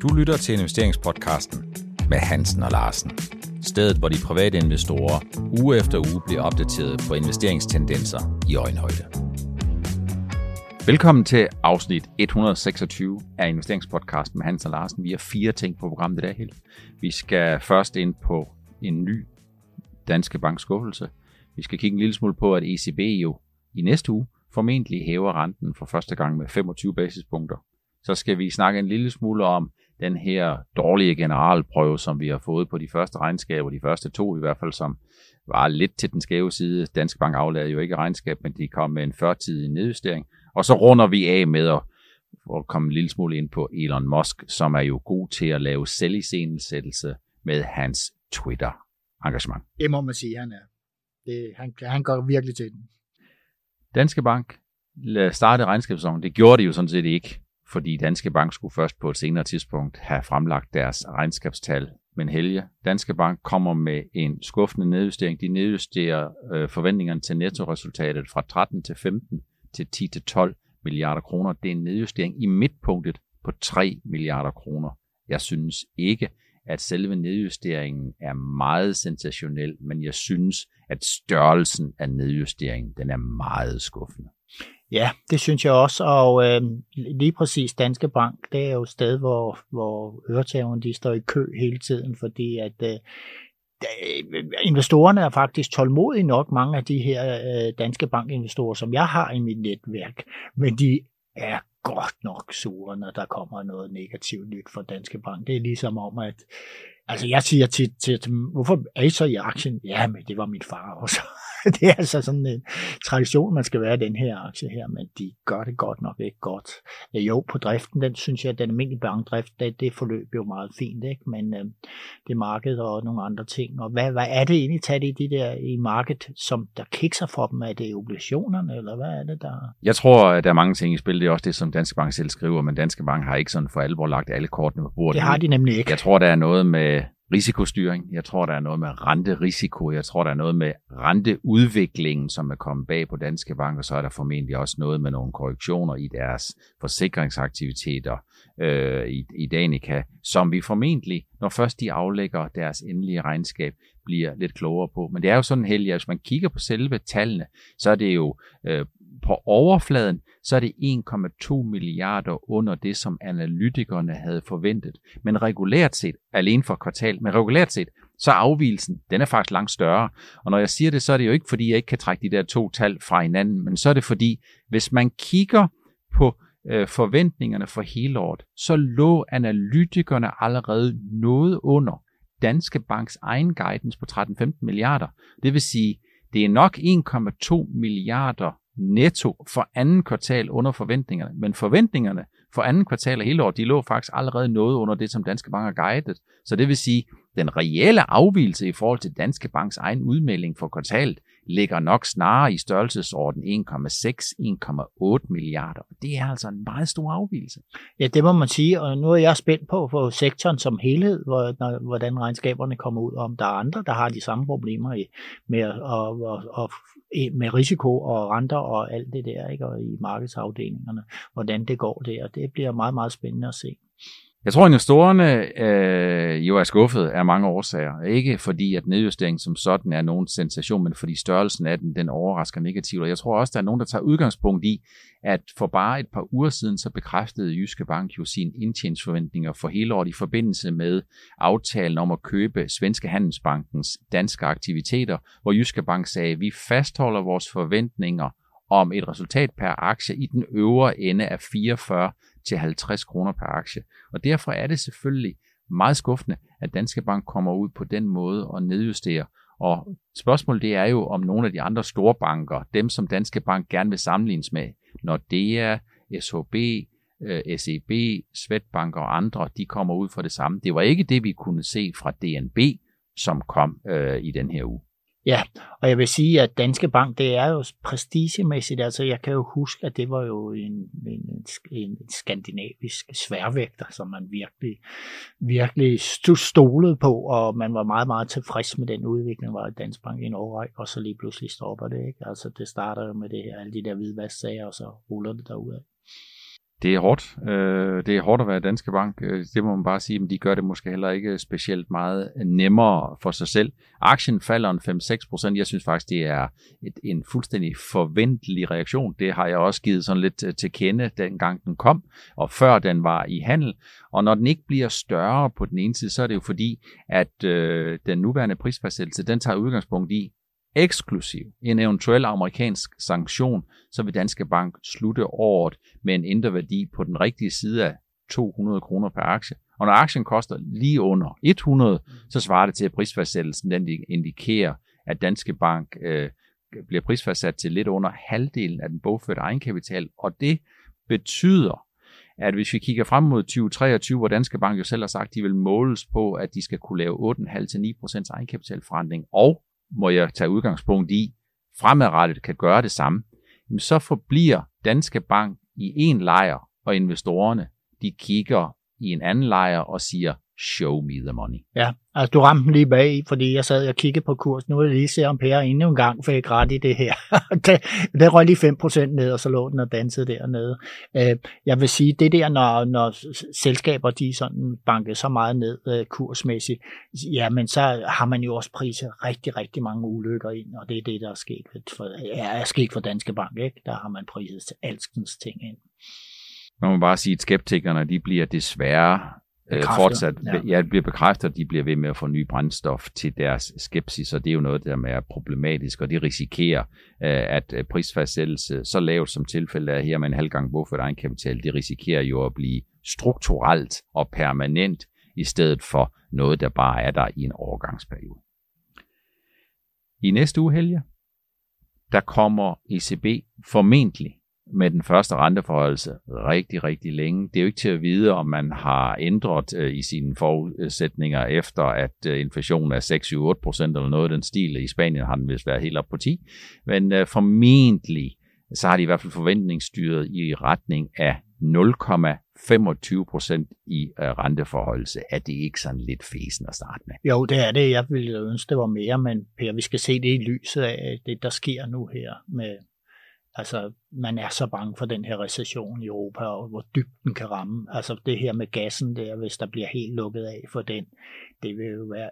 Du lytter til investeringspodcasten med Hansen og Larsen. Stedet, hvor de private investorer uge efter uge bliver opdateret på investeringstendenser i øjenhøjde. Velkommen til afsnit 126 af investeringspodcasten med Hansen og Larsen. Vi har 4 ting på programmet i dag helt. Vi skal først ind på en ny Danske Bank skuffelse. Vi skal kigge en lille smule på, at ECB jo i næste uge formentlig hæver renten for første gang med 25 basispunkter. Så skal vi snakke en lille smule om den her dårlige generalprøve, som vi har fået på de første regnskaber, de første 2 i hvert fald, som var lidt til den skæve side. Danske Bank aflavede jo ikke regnskab, men de kom med en førtidig nedjustering. Og så runder vi af med at komme en lille smule ind på Elon Musk, som er jo god til at lave selviscenesættelse med hans Twitter-engagement. Det må man sige, han er. Han går virkelig til den. Danske Bank startede regnskabssæsonen. Det gjorde de jo sådan set ikke, fordi Danske Bank skulle først på et senere tidspunkt have fremlagt deres regnskabstal. Men Helge, Danske Bank kommer med en skuffende nedjustering. De nedjusterer forventningerne til nettoresultatet fra 13 til 15 til 10 til 12 milliarder kroner. Det er en nedjustering i midtpunktet på 3 milliarder kroner. Jeg synes ikke, at selve nedjusteringen er meget sensationel, men jeg synes, at størrelsen af nedjusteringen, den er meget skuffende. Ja, det synes jeg også, og lige præcis Danske Bank, det er jo et sted, hvor øretæverne de står i kø hele tiden, fordi at investorerne er faktisk tålmodige nok, mange af de her Danske Bank-investorer, som jeg har i mit netværk, men de er godt nok sure, når der kommer noget negativt nyt fra Danske Bank. Det er ligesom om, at jeg siger til dem, hvorfor er I så i aktien? Ja, men det var min far også. Det er altså sådan en tradition, man skal være i den her aktie her, men de gør det godt nok ikke godt. Jo, på driften, den synes jeg, at den almindelige bankdrift, det forløb jo meget fint, ikke? Men det er markedet og nogle andre ting. Og hvad er det egentlig taget i de der i markedet, som der kikser for dem? Er det obligationerne, eller hvad er det der? Jeg tror, at der er mange ting i spil. Det er også det, som Danske Bank selv skriver, men Danske Bank har ikke sådan for alvor lagt alle kortene på bordet. Det har de nemlig ikke. Jeg tror, der er noget med risikostyring. Jeg tror, der er noget med renterisiko. Jeg tror, der er noget med renteudviklingen, som er kommet bag på Danske Bank, og så er der formentlig også noget med nogle korrektioner i deres forsikringsaktiviteter i Danica, som vi formentlig, når først de aflægger deres endelige regnskab, bliver lidt klogere på. Men det er jo sådan heldigt, at hvis man kigger på selve tallene, så er det jo på overfladen, så er det 1,2 milliarder under det, som analytikerne havde forventet. Men regulært set, alene for kvartal, men regulært set, så er afvigelsen, den er faktisk langt større. Og når jeg siger det, så er det jo ikke, fordi jeg ikke kan trække de der 2 tal fra hinanden, men så er det fordi, hvis man kigger på forventningerne for hele året, så lå analytikerne allerede noget under Danske Banks egen guidance på 13-15 milliarder. Det vil sige, det er nok 1,2 milliarder netto for anden kvartal under forventningerne, men forventningerne for anden kvartal af hele året, de lå faktisk allerede noget under det, som Danske Bank har guidet. Så det vil sige, den reelle afvigelse i forhold til Danske Banks egen udmelding for kvartalet ligger nok snarere i størrelsesorden 1,6-1,8 milliarder. Det er altså en meget stor afvigelse. Ja, det må man sige, og nu er jeg spændt på sektoren som helhed, hvordan regnskaberne kommer ud, om der er andre, der har de samme problemer med risiko og renter og alt det der, ikke? Og i markedsafdelingerne, hvordan det går der. Det bliver meget, meget spændende at se. Jeg tror, at investorerne jo er skuffet af mange årsager. Ikke fordi, at nedjusteringen som sådan er nogen sensation, men fordi størrelsen af den overrasker negativt. Og jeg tror også, der er nogen, der tager udgangspunkt i, at for bare et par uger siden, så bekræftede Jyske Bank jo sine indtjeningsforventninger for hele året i forbindelse med aftalen om at købe Svenske Handelsbankens danske aktiviteter, hvor Jyske Bank sagde, at vi fastholder vores forventninger om et resultat per aktie i den øvre ende af 44 til 50 kroner per aktie. Og derfor er det selvfølgelig meget skuffende, at Danske Bank kommer ud på den måde og nedjusterer. Og spørgsmålet det er jo, om nogle af de andre store banker, dem som Danske Bank gerne vil sammenlignes med, Nordea, SHB, SEB, Swedbank og andre, de kommer ud for det samme. Det var ikke det, vi kunne se fra DNB, som kom i den her uge. Ja, og jeg vil sige, at Danske Bank, det er jo prestigemæssigt. Altså, jeg kan jo huske, at det var jo en skandinavisk sværvægter, som man virkelig stolede på, og man var meget, meget tilfreds med den udvikling, var Danske Bank i en årrække, og så lige pludselig stopper det, ikke? Altså, det starter jo med det her, alle de der hvidvasksager, og så ruller det derudad. Det er hårdt. Det er hårdt at være Danske Bank. Det må man bare sige, men de gør det måske heller ikke specielt meget nemmere for sig selv. Aktien falder en 5-6%. Jeg synes faktisk, det er en fuldstændig forventelig reaktion. Det har jeg også givet sådan lidt til kende, dengang den kom, og før den var i handel. Og når den ikke bliver større på den ene side, så er det jo fordi, at den nuværende prisfastsættelse, den tager udgangspunkt i, eksklusiv en eventuel amerikansk sanktion, så vil Danske Bank slutte året med en indre værdi på den rigtige side af 200 kroner per aktie. Og når aktien koster lige under 100, så svarer det til, at prisfastsættelsen den indikerer, at Danske Bank bliver prisfastsat til lidt under halvdelen af den bogførte egenkapital. Og det betyder, at hvis vi kigger frem mod 2023, hvor Danske Bank jo selv har sagt, at de vil måles på, at de skal kunne lave 8,5-9% egenkapitalforrentning, og må jeg tage udgangspunkt i, fremadrettet kan gøre det samme, så forbliver Danske Bank i en lejr, og investorerne, de kigger i en anden lejr og siger, show me the money. Ja, altså du ramte den lige bag, fordi jeg sad og kiggede på kursen. Nu vil jeg lige se, om Per endnu en gang fik ret i det her. det røg lige 5% ned, og så lå den og dansede dernede. Jeg vil sige, det der, når selskaber de sådan banker så meget ned kursmæssigt, ja, men så har man jo også priset rigtig, rigtig mange ulykker ind, og det er det, der er sket for Danske Bank, ikke? Der har man priset til alskens ting ind. Man må bare sige, at skeptikerne, de bliver desværre fortsat, det bliver bekræftet, at de bliver ved med at få ny brændstof til deres skepsis, og det er jo noget, der er problematisk, og de risikerer, at prisfastsættelse så lavt som tilfældet er her med en halv gang bogført egenkapital, det risikerer jo at blive strukturelt og permanent, i stedet for noget, der bare er der i en overgangsperiode. I næste uge, Helge, der kommer ECB formentlig med den første renteforhøjelse rigtig, rigtig længe. Det er jo ikke til at vide, om man har ændret i sine forudsætninger efter, at inflationen er 6-7-8% eller noget af den stil. I Spanien har den vist været helt op på 10. Men formentlig, så har de i hvert fald forventningsstyret i retning af 0,25% i renteforhøjelse. Er det ikke sådan lidt fesen at starte med? Jo, det er det. Jeg ville ønske, det var mere, men Per, vi skal se det i lyset af det, der sker nu her med. Altså, man er så bange for den her recession i Europa, og hvor dybt den kan ramme. Altså, det her med gassen der, hvis der bliver helt lukket af for den, det vil jo være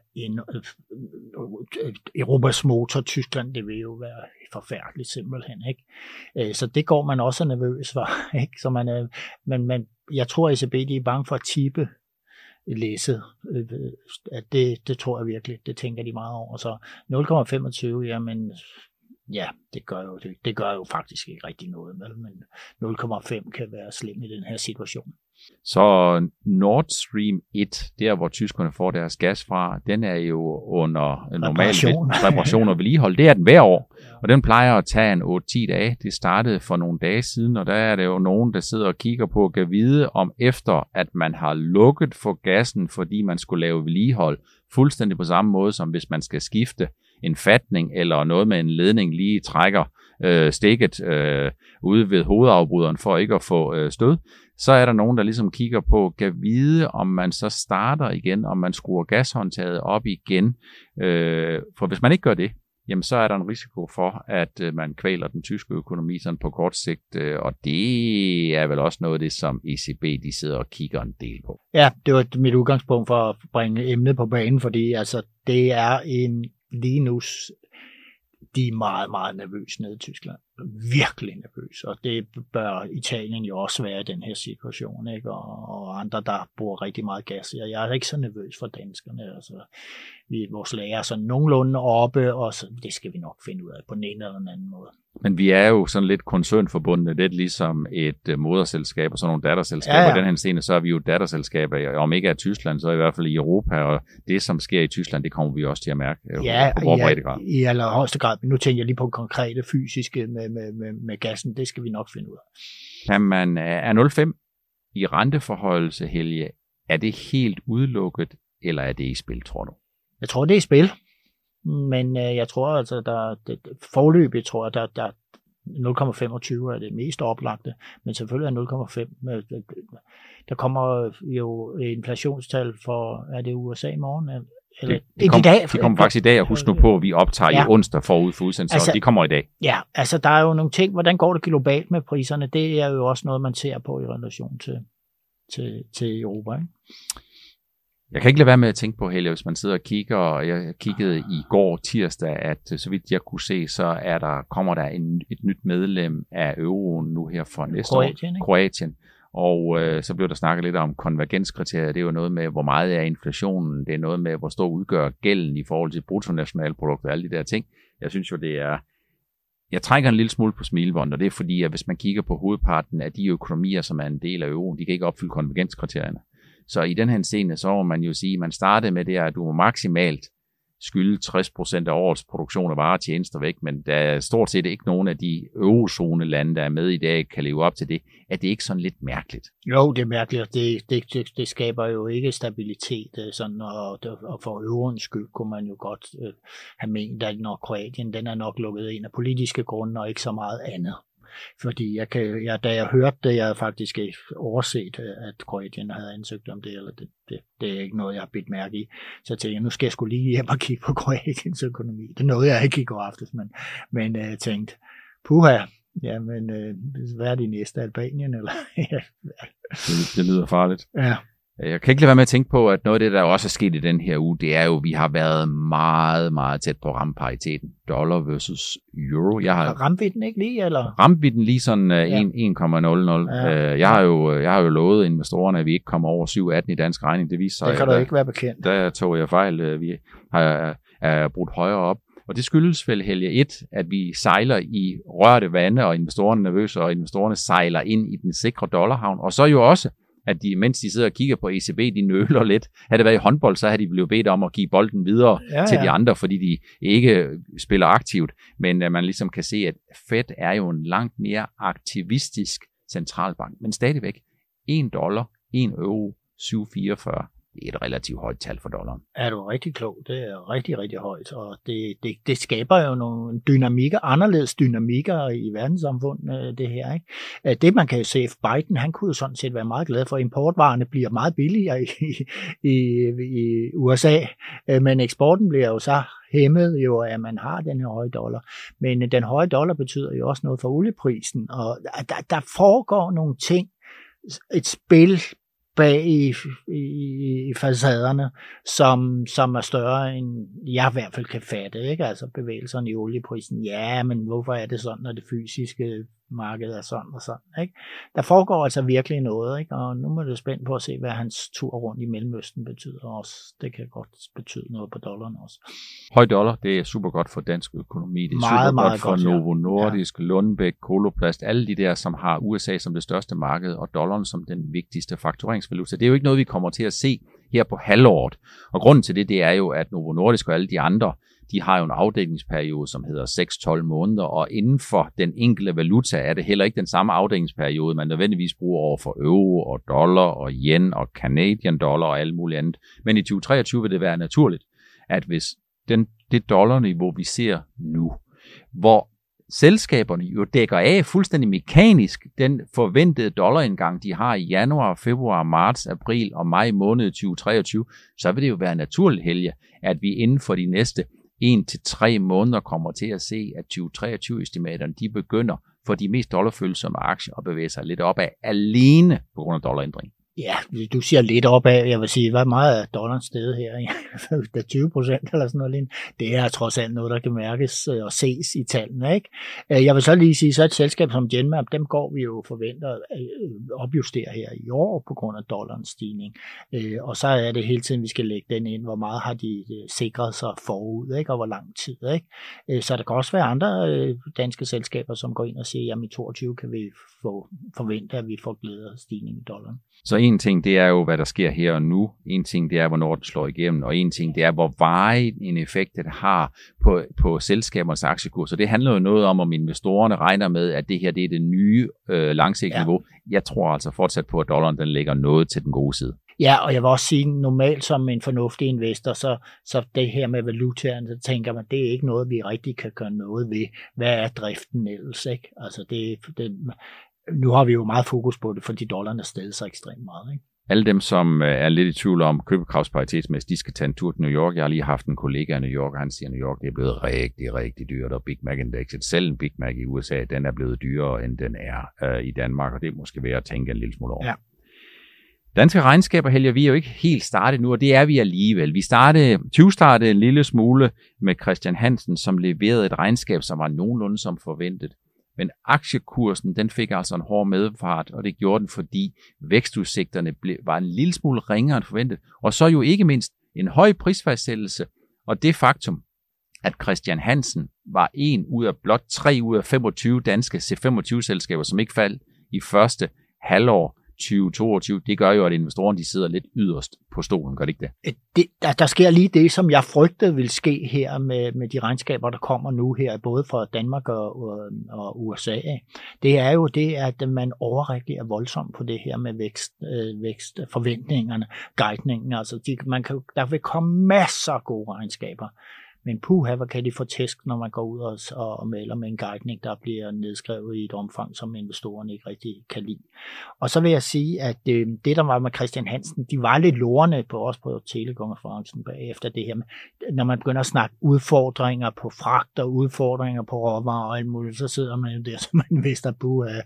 Europas motor, Tyskland, det vil jo være forfærdeligt simpelthen, ikke? Så det går man også nervøs for, ikke? Så men jeg tror, at ECB, de er bange for at tippe læsset. Det tror jeg virkelig, det tænker de meget over. Så 0,25, jamen. Ja, det gør jo faktisk ikke rigtig noget, men 0,5 kan være slem i den her situation. Så Nord Stream 1, der hvor tyskerne får deres gas fra, den er jo under normal reparation og vedligehold. Det er den hver år, og den plejer at tage en 8-10 dage. Det startede for nogle dage siden, og der er det jo nogen, der sidder og kigger på og kan vide, om efter at man har lukket for gassen, fordi man skulle lave vedligehold, fuldstændig på samme måde, som hvis man skal skifte en fatning eller noget med en ledning lige trækker stikket ude ved hovedafbryderen for ikke at få stød, så er der nogen, der ligesom kigger på, kan vide, om man så starter igen, om man skruer gashåndtaget op igen. For hvis man ikke gør det, jamen så er der en risiko for, at man kvæler den tyske økonomi sådan på kort sigt, og det er vel også noget af det, som ECB de sidder og kigger en del på. Ja, det var mit udgangspunkt for at bringe emnet på banen, fordi altså, det er lige nu, de er meget, meget nervøse nede i Tyskland. Virkelig nervøs, og det bør Italien jo også være i den her situation, ikke? Og andre, der bruger rigtig meget gas. Jeg er ikke så nervøs for danskerne. Altså, vores lager er sådan nogenlunde oppe, og så, det skal vi nok finde ud af på den ene eller den anden måde. Men vi er jo sådan lidt koncernforbundne, lidt ligesom et moderselskab og sådan nogle datterselskaber. Ja. I den her scene, så er vi jo datterselskaber, om ikke af Tyskland, så i hvert fald i Europa, og det, som sker i Tyskland, det kommer vi også til at mærke i allerhøjeste grad. Men nu tænker jeg lige på konkrete fysiske med gassen, det skal vi nok finde ud af. Kan man er 0,5 i renteforhøjelse, Helge, er det helt udelukket, eller er det i spil, tror du? Jeg tror, det er i spil. Men jeg tror altså, forløbet tror jeg, der 0,25 er det mest oplagte, men selvfølgelig er 0,5. Der kommer jo inflationstal for, er det USA i morgen? De kommer faktisk i dag, og husk nu på, at vi optager i onsdag forud for udsendelsen, altså, de kommer i dag. Ja, altså der er jo nogle ting, hvordan går det globalt med priserne, det er jo også noget, man ser på i relation til Europa, ikke? Jeg kan ikke lade være med at tænke på, Helge, hvis man sidder og kigger, og jeg kiggede i går tirsdag, at så vidt jeg kunne se, så kommer der et nyt medlem af euroen nu her for næste år, Kroatien. Og så blev der snakket lidt om konvergenskriterier. Det er jo noget med, hvor meget er inflationen, det er noget med, hvor stor udgør gælden i forhold til bruttonationalproduktet og alle de der ting. Jeg synes jo, jeg trækker en lille smule på smilebåndet, og det er fordi, at hvis man kigger på hovedparten af de økonomier, som er en del af euroen, de kan ikke opfylde konvergenskriterierne. Så i den her scene, så må man jo sige, at man startede med det, at du må maksimalt skylde 60% af årets produktion af varer og tjenester væk, men der er stort set ikke nogen af de eurozone-lande, der er med i dag, kan leve op til det. Er det ikke sådan lidt mærkeligt? Jo, det er mærkeligt. Det skaber jo ikke stabilitet, sådan, og for euroens skyld kunne man jo godt have ment, at når Kroatien, den er nok lukket ind af politiske grunde, og ikke så meget andet. Fordi da jeg hørte det, jeg havde faktisk overset, at Kroatien havde ansøgt om det, eller det er ikke noget, jeg har bidt mærke i. Så jeg tænkte, nu skal jeg sgu lige hjem og kigge på Kroatiens økonomi. Det nåede jeg ikke i går aftes, men jeg tænkte, puha, jamen, hvad er det næste, Albanien? Eller? Det lyder farligt. Ja. Jeg kan ikke lade være med at tænke på, at noget af det, der også er sket i den her uge, det er jo, at vi har været meget, meget tæt på rampariteten. Dollar versus euro. Ramte vi den ikke lige, eller? Ramte vi den lige sådan 1,00. Ja. Jeg har jo lovet investorerne, at vi ikke kommer over 7,18 i dansk regning. Det viser sig, det kan du ikke være bekendt. Der tog jeg fejl. Vi har brudt højere op. Og det skyldes vel, Helge, at vi sejler i rørte vande, og investorerne er nervøse, og investorerne sejler ind i den sikre dollarhavn. Og så jo også, at mens de sidder og kigger på ECB, de nøler lidt. Havde det været i håndbold, så havde de blevet bedt om at give bolden videre til de andre, fordi de ikke spiller aktivt. Men man ligesom kan se, at Fed er jo en langt mere aktivistisk centralbank. Men stadigvæk, $1, 1 euro, 7,44. Det er et relativt højt tal for dollaren. Er du rigtig klog? Det er rigtig, rigtig højt, og det skaber jo nogle dynamikker, anderledes dynamikker i verdenssamfundet, det her, ikke? Det man kan jo se, Biden, han kunne jo sådan set være meget glad for, importvarerne bliver meget billigere i USA, men eksporten bliver jo så hæmmet jo, at man har den her høje dollar. Men den høje dollar betyder jo også noget for olieprisen, og der foregår nogle ting, et spil bag i facaderne, som er større end jeg i hvert fald kan fatte, ikke? Altså bevægelserne i olieprisen. Ja, men hvorfor er det sådan, når det fysiske marked er sådan og sådan, ikke? Der foregår altså virkelig noget, ikke? Og nu er det spændt på at se, hvad hans tur rundt i Mellemøsten betyder også. Det kan godt betyde noget på dollaren også. Høj dollar, det er super godt for dansk økonomi. Det er meget, super godt for Novo Nordisk, Lundbæk, Coloplast, alle de der, som har USA som det største marked, og dollaren som den vigtigste faktureringsvaluta. Det er jo ikke noget, vi kommer til at se her på halvåret. Og grunden til det er jo, at Novo Nordisk og alle de andre, de har jo en afdækningsperiode, som hedder 6-12 måneder, og inden for den enkelte valuta er det heller ikke den samme afdækningsperiode, man nødvendigvis bruger over for euro og dollar og yen og Canadian dollar og alt muligt andet. Men i 2023 vil det være naturligt, at hvis det dollarniveau, vi ser nu, hvor selskaberne jo dækker af fuldstændig mekanisk den forventede dollarindgang, de har i januar, februar, marts, april og maj måned 2023, så vil det jo være naturligt, Helge, at vi inden for de næste 1-3 måneder kommer til at se, at 2023-estimaterne de begynder for de mest dollarfølsomme aktier at bevæge sig lidt opad alene på grund af dollarændring. Ja, du siger lidt opad. Jeg vil sige, hvad meget er dollaren steget her? Det er 20% eller sådan noget lignende. Det er trods alt noget, der kan mærkes og ses i tallene, ikke? Jeg vil så lige sige, så et selskab som Genmab, dem går vi jo forventer at opjustere her i år på grund af dollarens stigning. Og så er det hele tiden, vi skal lægge den ind. Hvor meget har de sikret sig forud, ikke? Og hvor lang tid, ikke? Så der kan også være andre danske selskaber, som går ind og siger, jamen i 2022 kan vi forvente, at vi får glæde af stigning i dollaren. Så en ting, det er jo, hvad der sker her og nu. En ting, det er, hvornår det slår igennem. Og en ting, det er, hvor varig en effekt det har på selskabernes aktiekurs. Så det handler jo noget om investorerne regner med, at det her det er det nye langsigtede niveau. Jeg tror altså fortsat på, at dollaren den ligger noget til den gode side. Ja, og jeg vil også sige, normalt som en fornuftig investor, så det her med valutaen, så tænker man, det er ikke noget, vi rigtig kan gøre noget ved. Hvad er driften ellers, ikke? Altså nu har vi jo meget fokus på det, fordi dollaren er steget så ekstremt meget, ikke? Alle dem, som er lidt i tvivl om købekraftparitetsmæssigt, de skal tage en tur til New York. Jeg har lige haft en kollega i New York, og han siger, at New York det er blevet rigtig, rigtig dyrt, og Big Mac-indekset, selv en Big Mac i USA, den er blevet dyrere, end den er i Danmark, og det er måske ved at tænke en lille smule over. Ja. Danske regnskaber, Helge, vi er jo ikke helt startet nu, og det er vi alligevel. Vi startede en lille smule med Christian Hansen, som leverede et regnskab, som var nogenlunde som forventet. Men aktiekursen, den fik altså en hård medfart, og det gjorde den, fordi vækstudsigterne var en lille smule ringere end forventet. Og så jo ikke mindst en høj prisfastsættelse, og det faktum, at Christian Hansen var en ud af blot 3 ud af 25 danske C25-selskaber, som ikke faldt i første halvår 2022, det gør jo, at investorerne de sidder lidt yderst på stolen, gør det ikke det? Der sker lige det, som jeg frygtede vil ske her med de regnskaber, der kommer nu her, både fra Danmark og USA. Det er jo det, at man overreagerer voldsomt på det her med vækstforventningerne, guidningen. Altså der vil komme masser af gode regnskaber. Men puha, hvad kan de få tæsk, når man går ud og melder med en guidning, der bliver nedskrevet i et omfang, som investorerne ikke rigtig kan lide. Og så vil jeg sige, at det, der var med Christian Hansen, de var lidt lorne på telekonferencen bagefter det her. Når man begynder at snakke udfordringer på fragt og udfordringer på råvarer og alt muligt, så sidder man jo der, så man vidste, at puha,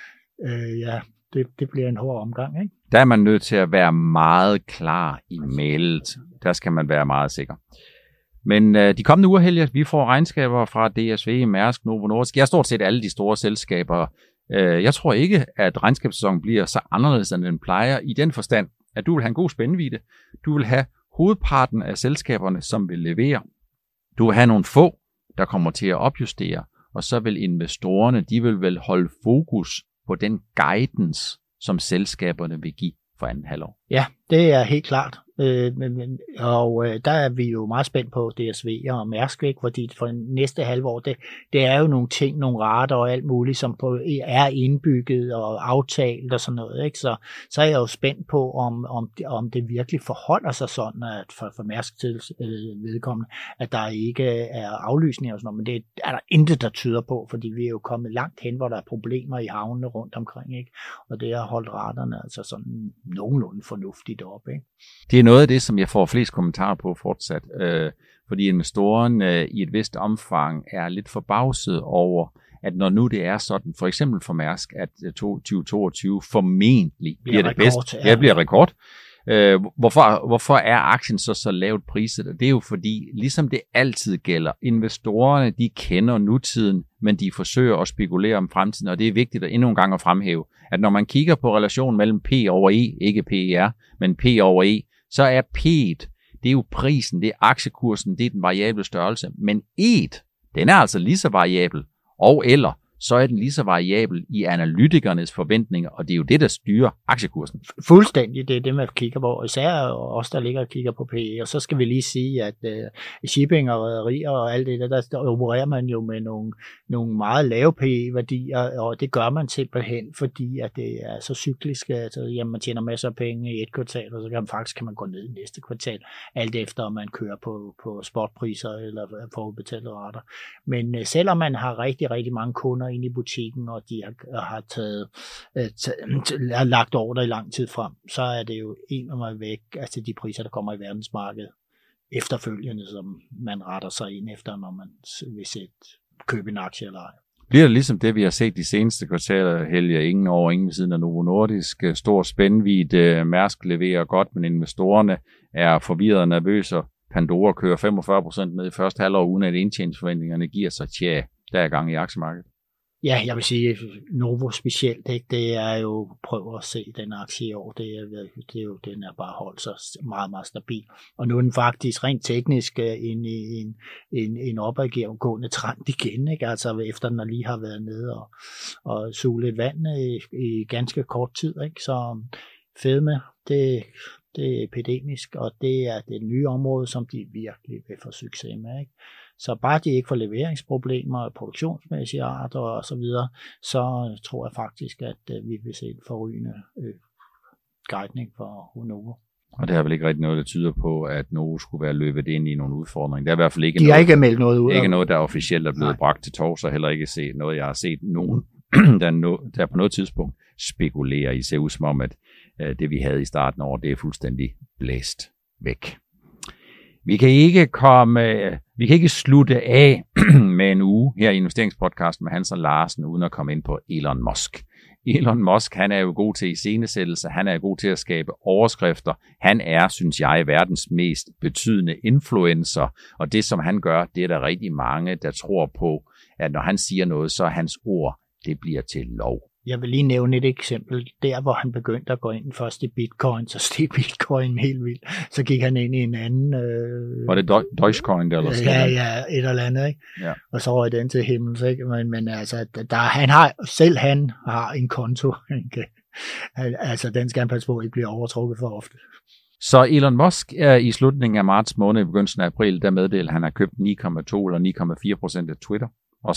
det bliver en hård omgang, ikke? Der er man nødt til at være meget klar i mailet. Der skal man være meget sikker. Men de kommende uger, Helge, vi får regnskaber fra DSV, Mærsk, Novo Nordisk. Jeg er stort set alle de store selskaber. Jeg tror ikke, at regnskabssæsonen bliver så anderledes, end den plejer, i den forstand, at du vil have en god spændvidde. Du vil have hovedparten af selskaberne, som vil levere. Du vil have nogle få, der kommer til at opjustere, og så vil investorerne, de vil vel holde fokus på den guidance, som selskaberne vil give for anden halvår. Ja, det er helt klart. Og der er vi jo meget spændt på DSV og Mærsk, ikke? Fordi for næste halvår, det er jo nogle ting, nogle rater og alt muligt, som er indbygget og aftalt og sådan noget, ikke? Så er jeg jo spændt på, om det virkelig forholder sig sådan, at for Mærsk til vedkommende, at der ikke er aflysninger og sådan noget, men det er der intet, der tyder på, fordi vi er jo kommet langt hen, hvor der er problemer i havnene rundt omkring, ikke? Og det har holdt raterne altså sådan nogenlunde fornuftigt op, ikke? Det er noget af det, som jeg får flest kommentarer på fortsat, fordi investorerne i et vist omfang er lidt forbavset over, at når nu det er sådan, for eksempel for Mærsk, at 2022 formentlig bliver det bedste. Ja, bliver rekord. Hvorfor er aktien så lavt priset? Det er jo fordi, ligesom det altid gælder, investorerne de kender nutiden, men de forsøger at spekulere om fremtiden, og det er vigtigt at endnu en gang at fremhæve, at når man kigger på relationen mellem P over E, ikke PER, men P over E, så er P'et, det er jo prisen, det er aktiekursen, det er den variable størrelse, men E'et, den er altså lige så variabel, og eller så er den lige så variabel i analytikernes forventninger, og det er jo det, der styrer aktiekursen. Fuldstændig, det er det, man kigger på, især os, der ligger og kigger på PE, og så skal vi lige sige, at shipping og rederier og alt det der opererer man jo med nogle meget lave PE-værdier, og det gør man simpelthen, fordi at det er så cyklisk, at jamen, man tjener masser af penge i et kvartal, og så kan man gå ned i næste kvartal, alt efter om man kører på spotpriser eller forudbetalte rater. Men selvom man har rigtig, rigtig mange kunder ind i butikken, og de har lagt ordre i lang tid frem, så er det jo en af mig væk, altså de priser, der kommer i verdensmarkedet efterfølgende, som man retter sig ind efter, når man vil købe en aktie eller ej. Bliver det ligesom det, vi har set de seneste kvartaler, Helge, ingen over, ingen ved siden af Novo Nordisk, stor spændvidde, Mærsk leverer godt, men investorerne er forvirret og nervøse, Pandora kører 45% ned i første halvår, uden at indtjeningsforventningerne giver sig, der er gang i aktiemarkedet. Ja, jeg vil sige, Novo specielt, ikke? Det er jo, prøv at se den aktie i år, den er bare holdt sig meget, meget stabil. Og nu er den faktisk rent teknisk inde i en opadgående trend igen, ikke? Altså efter den lige har været nede og suget vand i ganske kort tid, ikke? Så fedme, det er epidemisk, og det er det nye område, som de virkelig vil få succes med, ikke? Så bare de ikke får leveringsproblemer, produktionsmæssige arter og så videre, så tror jeg faktisk, at vi vil se en forrygende guidning for Novo. Og det er vel ikke rigtig noget, der tyder på, at Novo skulle være løbet ind i nogle udfordringer. Det er i hvert fald ikke de har ikke meldt noget ud. Ikke noget, der officielt er blevet bragt til tors, og heller ikke set noget, jeg har set nogen, der på noget tidspunkt spekulerer i. Det ser ud som om, at det vi havde i starten af året, det er fuldstændig blæst væk. Vi kan ikke slutte af med en uge her i investeringspodcasten med Hans og Larsen, uden at komme ind på Elon Musk. Elon Musk, han er jo god til iscenesættelse, han er god til at skabe overskrifter. Han er, synes jeg, verdens mest betydende influencer, og det som han gør, det er der rigtig mange, der tror på, at når han siger noget, så er hans ord, det bliver til lov. Jeg vil lige nævne et eksempel. Der, hvor han begyndte at gå ind først i bitcoin, så steg bitcoin helt vildt. Så gik han ind i en anden... Var det Dogecoin der? Eller ja, et eller andet, ikke? Ja. Og så røg den til himmels, ikke? Men altså, han har en konto. Altså, den skal han passe på, ikke bliver overtrukket for ofte. Så Elon Musk er i slutningen af marts måned, i begyndelsen af april, der meddelte, at han har købt 9,2 eller 9,4% af Twitter. Og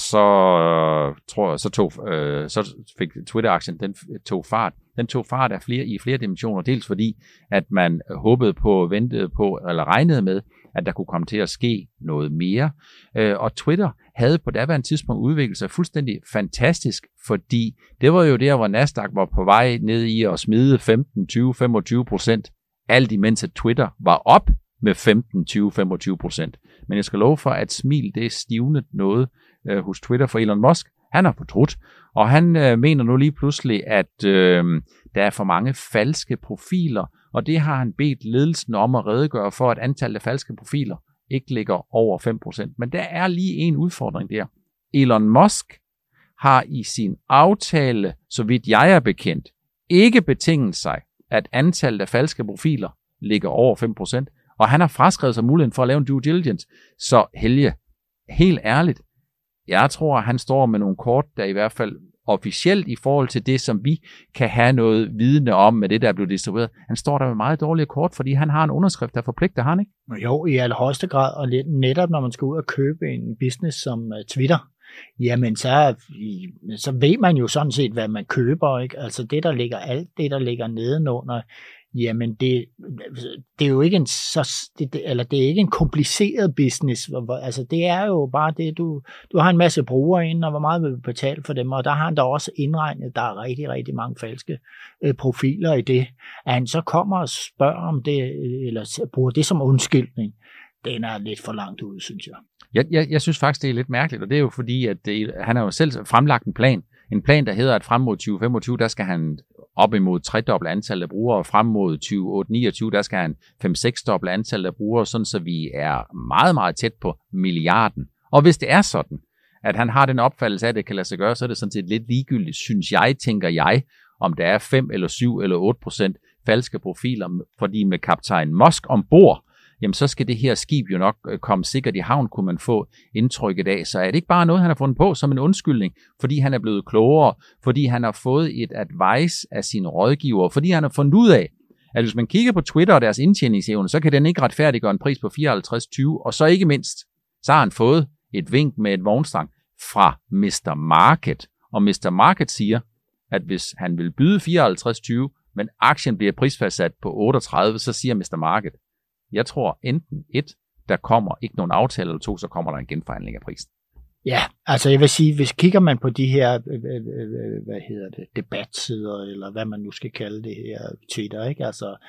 så fik Twitter-aktien, den tog fart. Den tog fart i flere dimensioner. Dels fordi, at man håbede på, ventede på, eller regnede med, at der kunne komme til at ske noget mere. Og Twitter havde på daværende tidspunkt udviklet sig fuldstændig fantastisk, fordi det var jo der, hvor Nasdaq var på vej ned i at smide 15, 20, 25%. Alt imens at Twitter var op med 15, 20, 25%. Men jeg skal love for, at smil det stivnet noget hos Twitter for Elon Musk. Han har fortrudt, og han mener nu lige pludselig, at der er for mange falske profiler, og det har han bedt ledelsen om at redegøre for, at antallet af falske profiler ikke ligger over 5%. Men der er lige en udfordring der. Elon Musk har i sin aftale, så vidt jeg er bekendt, ikke betinget sig, at antallet af falske profiler ligger over 5%, og han har fraskrevet sig muligheden for at lave en due diligence. Så Helge, helt ærligt, jeg tror, han står med nogle kort, der i hvert fald officielt i forhold til det, som vi kan have noget vidne om med det, der er blevet distribueret. Han står der med meget dårlige kort, fordi han har en underskrift, der forpligter han, ikke? Jo, i allerhøjeste grad, og netop når man skal ud og købe en business som Twitter, jamen så ved man jo sådan set, hvad man køber, ikke? Altså det, der ligger, alt det, der ligger nedenunder, jamen det er jo ikke det er ikke en kompliceret business. Altså det er jo bare det, du har en masse brugere inde, og hvor meget vil du betale for dem, og der har han da også indregnet, der er rigtig, rigtig mange falske profiler i det. At han så kommer og spørger om det, eller bruger det som undskyldning, den er lidt for langt ude, synes jeg. Jeg synes faktisk, det er lidt mærkeligt, og det er jo fordi, at han har jo selv fremlagt en plan, der hedder, at frem mod 2025, der skal han op imod 3-dobbelt antal af brugere, og frem mod 2029, der skal han 5-6-dobbelt antal af brugere, sådan så vi er meget, meget tæt på milliarden. Og hvis det er sådan, at han har den opfattelse af, at det kan lade sig gøre, så er det sådan set lidt ligegyldigt, synes jeg, tænker jeg, om der er 5 eller 7 eller 8% falske profiler, fordi med kaptajn Musk ombord, jamen så skal det her skib jo nok komme sikkert i havn, kunne man få indtrykket af. Så er det ikke bare noget, han har fundet på som en undskyldning, fordi han er blevet klogere, fordi han har fået et advice af sine rådgivere, fordi han har fundet ud af, at hvis man kigger på Twitter og deres indtjeningsevne, så kan den ikke retfærdiggøre en pris på 54,20, og så ikke mindst, så har han fået et vink med et vognstang fra Mr. Market, og Mr. Market siger, at hvis han vil byde 54,20, men aktien bliver prisfastsat på 38, så siger Mr. Market, jeg tror enten der kommer ikke nogen aftale, eller 2, så kommer der en genforhandling af prisen. Ja, altså jeg vil sige, hvis kigger man på de her, debatsider, eller hvad man nu skal kalde det her, Twitter, ikke? Altså,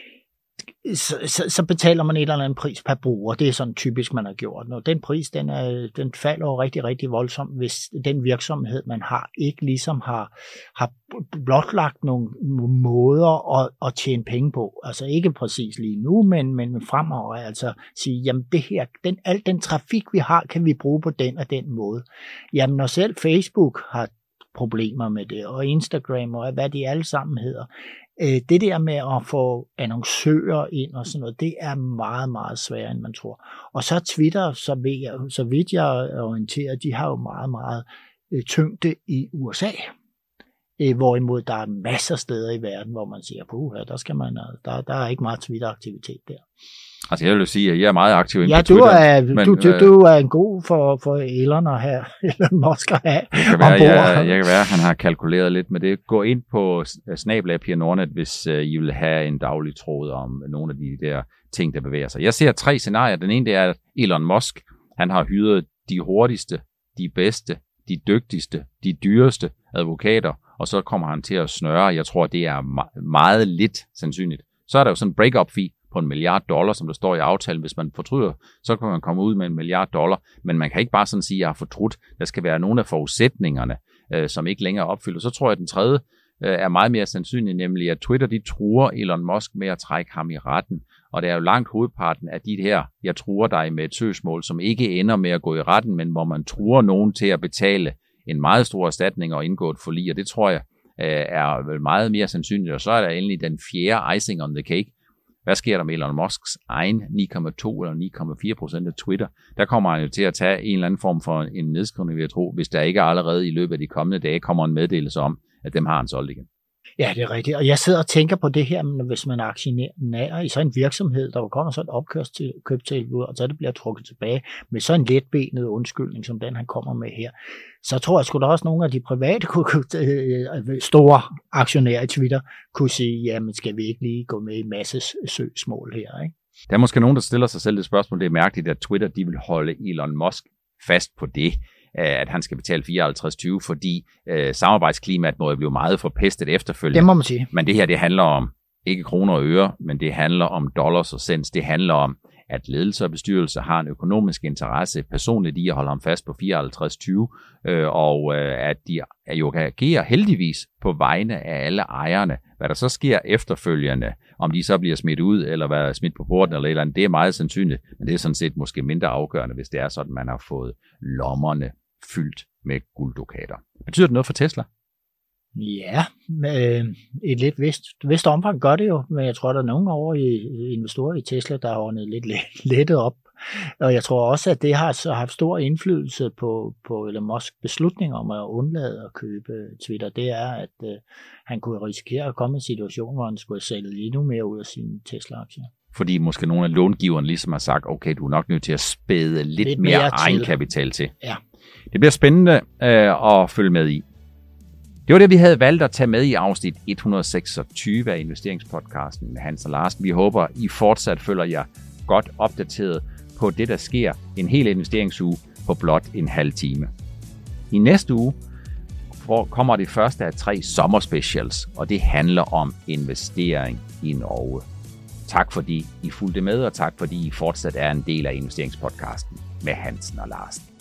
så betaler man et eller andet pris per bruger. Det er sådan typisk, man har gjort. Og den pris, den falder jo rigtig, rigtig voldsomt, hvis den virksomhed, man har, ikke ligesom har blotlagt nogle måder at tjene penge på. Altså ikke præcis lige nu, men fremover. Altså sige, jamen det her, al den trafik, vi har, kan vi bruge på den og den måde. Jamen når selv Facebook har problemer med det, og Instagram, og hvad de alle sammen hedder, det der med at få annoncører ind og sådan noget, det er meget, meget sværere, end man tror. Og så Twitter, så vidt jeg er orienteret, de har jo meget, meget tyngde i USA. Hvorimod der er masser af steder i verden, hvor man siger, der er ikke meget Twitter-aktivitet der. Altså jeg vil jo sige, at jeg er meget aktiv inde på Twitter. Du er en god for Elon at have, Elon Musk at have. Jeg kan være, han har kalkuleret lidt med det. Gå ind på @PierNordnet, hvis I vil have en daglig tråd om nogle af de der ting, der bevæger sig. Jeg ser 3 scenarier. Den ene det er, at Elon Musk, han har hyret de hurtigste, de bedste, de dygtigste, de dyreste advokater og så kommer han til at snøre. Jeg tror, det er meget lidt sandsynligt. Så er der jo sådan en break-up fee på $1 milliard, som der står i aftalen. Hvis man fortryder, så kan man komme ud med $1 milliard. Men man kan ikke bare sådan sige, at jeg har fortrudt. Der skal være nogle af forudsætningerne, som ikke længere er opfyldt. Så tror jeg, at den tredje er meget mere sandsynlig, nemlig at Twitter, de truer Elon Musk med at trække ham i retten. Og det er jo langt hovedparten af de her, jeg truer dig med et søgsmål, som ikke ender med at gå i retten, men hvor man truer nogen til at betale en meget stor erstatning og indgå et forlig. Og det tror jeg er vel meget mere sandsynligt. Og så er der endelig den fjerde icing on the cake. Hvad sker der med Elon Musks egen 9,2 eller 9,4% af Twitter? Der kommer han jo til at tage en eller anden form for en nedskrivning, vil jeg tro, hvis der ikke allerede i løbet af de kommende dage kommer en meddelelse om, at dem har han solgt igen. Ja, det er rigtigt. Og jeg sidder og tænker på det her, hvis man aktionerer i sådan en virksomhed, der kommer så et opkøbstilbud, og så det bliver trukket tilbage med sådan en letbenet undskyldning, som den han kommer med her. Så tror jeg sgu da også nogle af de private store aktionærer i Twitter kunne sige, jamen skal vi ikke lige gå med i masse søgsmål her, ikke? Der er måske nogen, der stiller sig selv det spørgsmål. Det er mærkeligt, at Twitter de vil holde Elon Musk fast på det, at han skal betale 54,20, fordi samarbejdsklimaet må jo blive meget forpestet efterfølgende. Det må man sige. Men det her, det handler om ikke kroner og øre, men det handler om dollars og cents. Det handler om, at ledelse og bestyrelse har en økonomisk interesse personligt i at holde ham fast på 54,20, og at de jo kan agere heldigvis på vegne af alle ejerne. Hvad der så sker efterfølgende, om de så bliver smidt ud, eller hvad smidt på porten, eller et eller andet, det er meget sandsynligt, men det er sådan set måske mindre afgørende, hvis det er sådan, man har fået lommerne fyldt med gulddukater. Betyder det noget for Tesla? Ja, et lidt vist omfang gør det jo, men jeg tror, der er nogle over i investorer i Tesla, der har ordnet lidt lettet op. Og jeg tror også, at det har så haft stor indflydelse på Elon Musks beslutning om at undlade at købe Twitter. Det er, at han kunne risikere at komme i en situation, hvor han skulle sælge endnu mere ud af sine Tesla-aktier. Fordi måske nogle af långiverne ligesom har sagt, okay, du er nok nødt til at spæde lidt mere egenkapital til. Ja. Det bliver spændende at følge med i. Det var det, vi havde valgt at tage med i afsnit 126 af investeringspodcasten med Hans og Lars. Vi håber, I fortsat følger jer godt opdateret på det, der sker en hel investeringsuge på blot en halv time. I næste uge kommer det første af 3 sommerspecials, og det handler om investering i Norge. Tak fordi I fulgte med, og tak fordi I fortsat er en del af investeringspodcasten med Hansen og Larsen.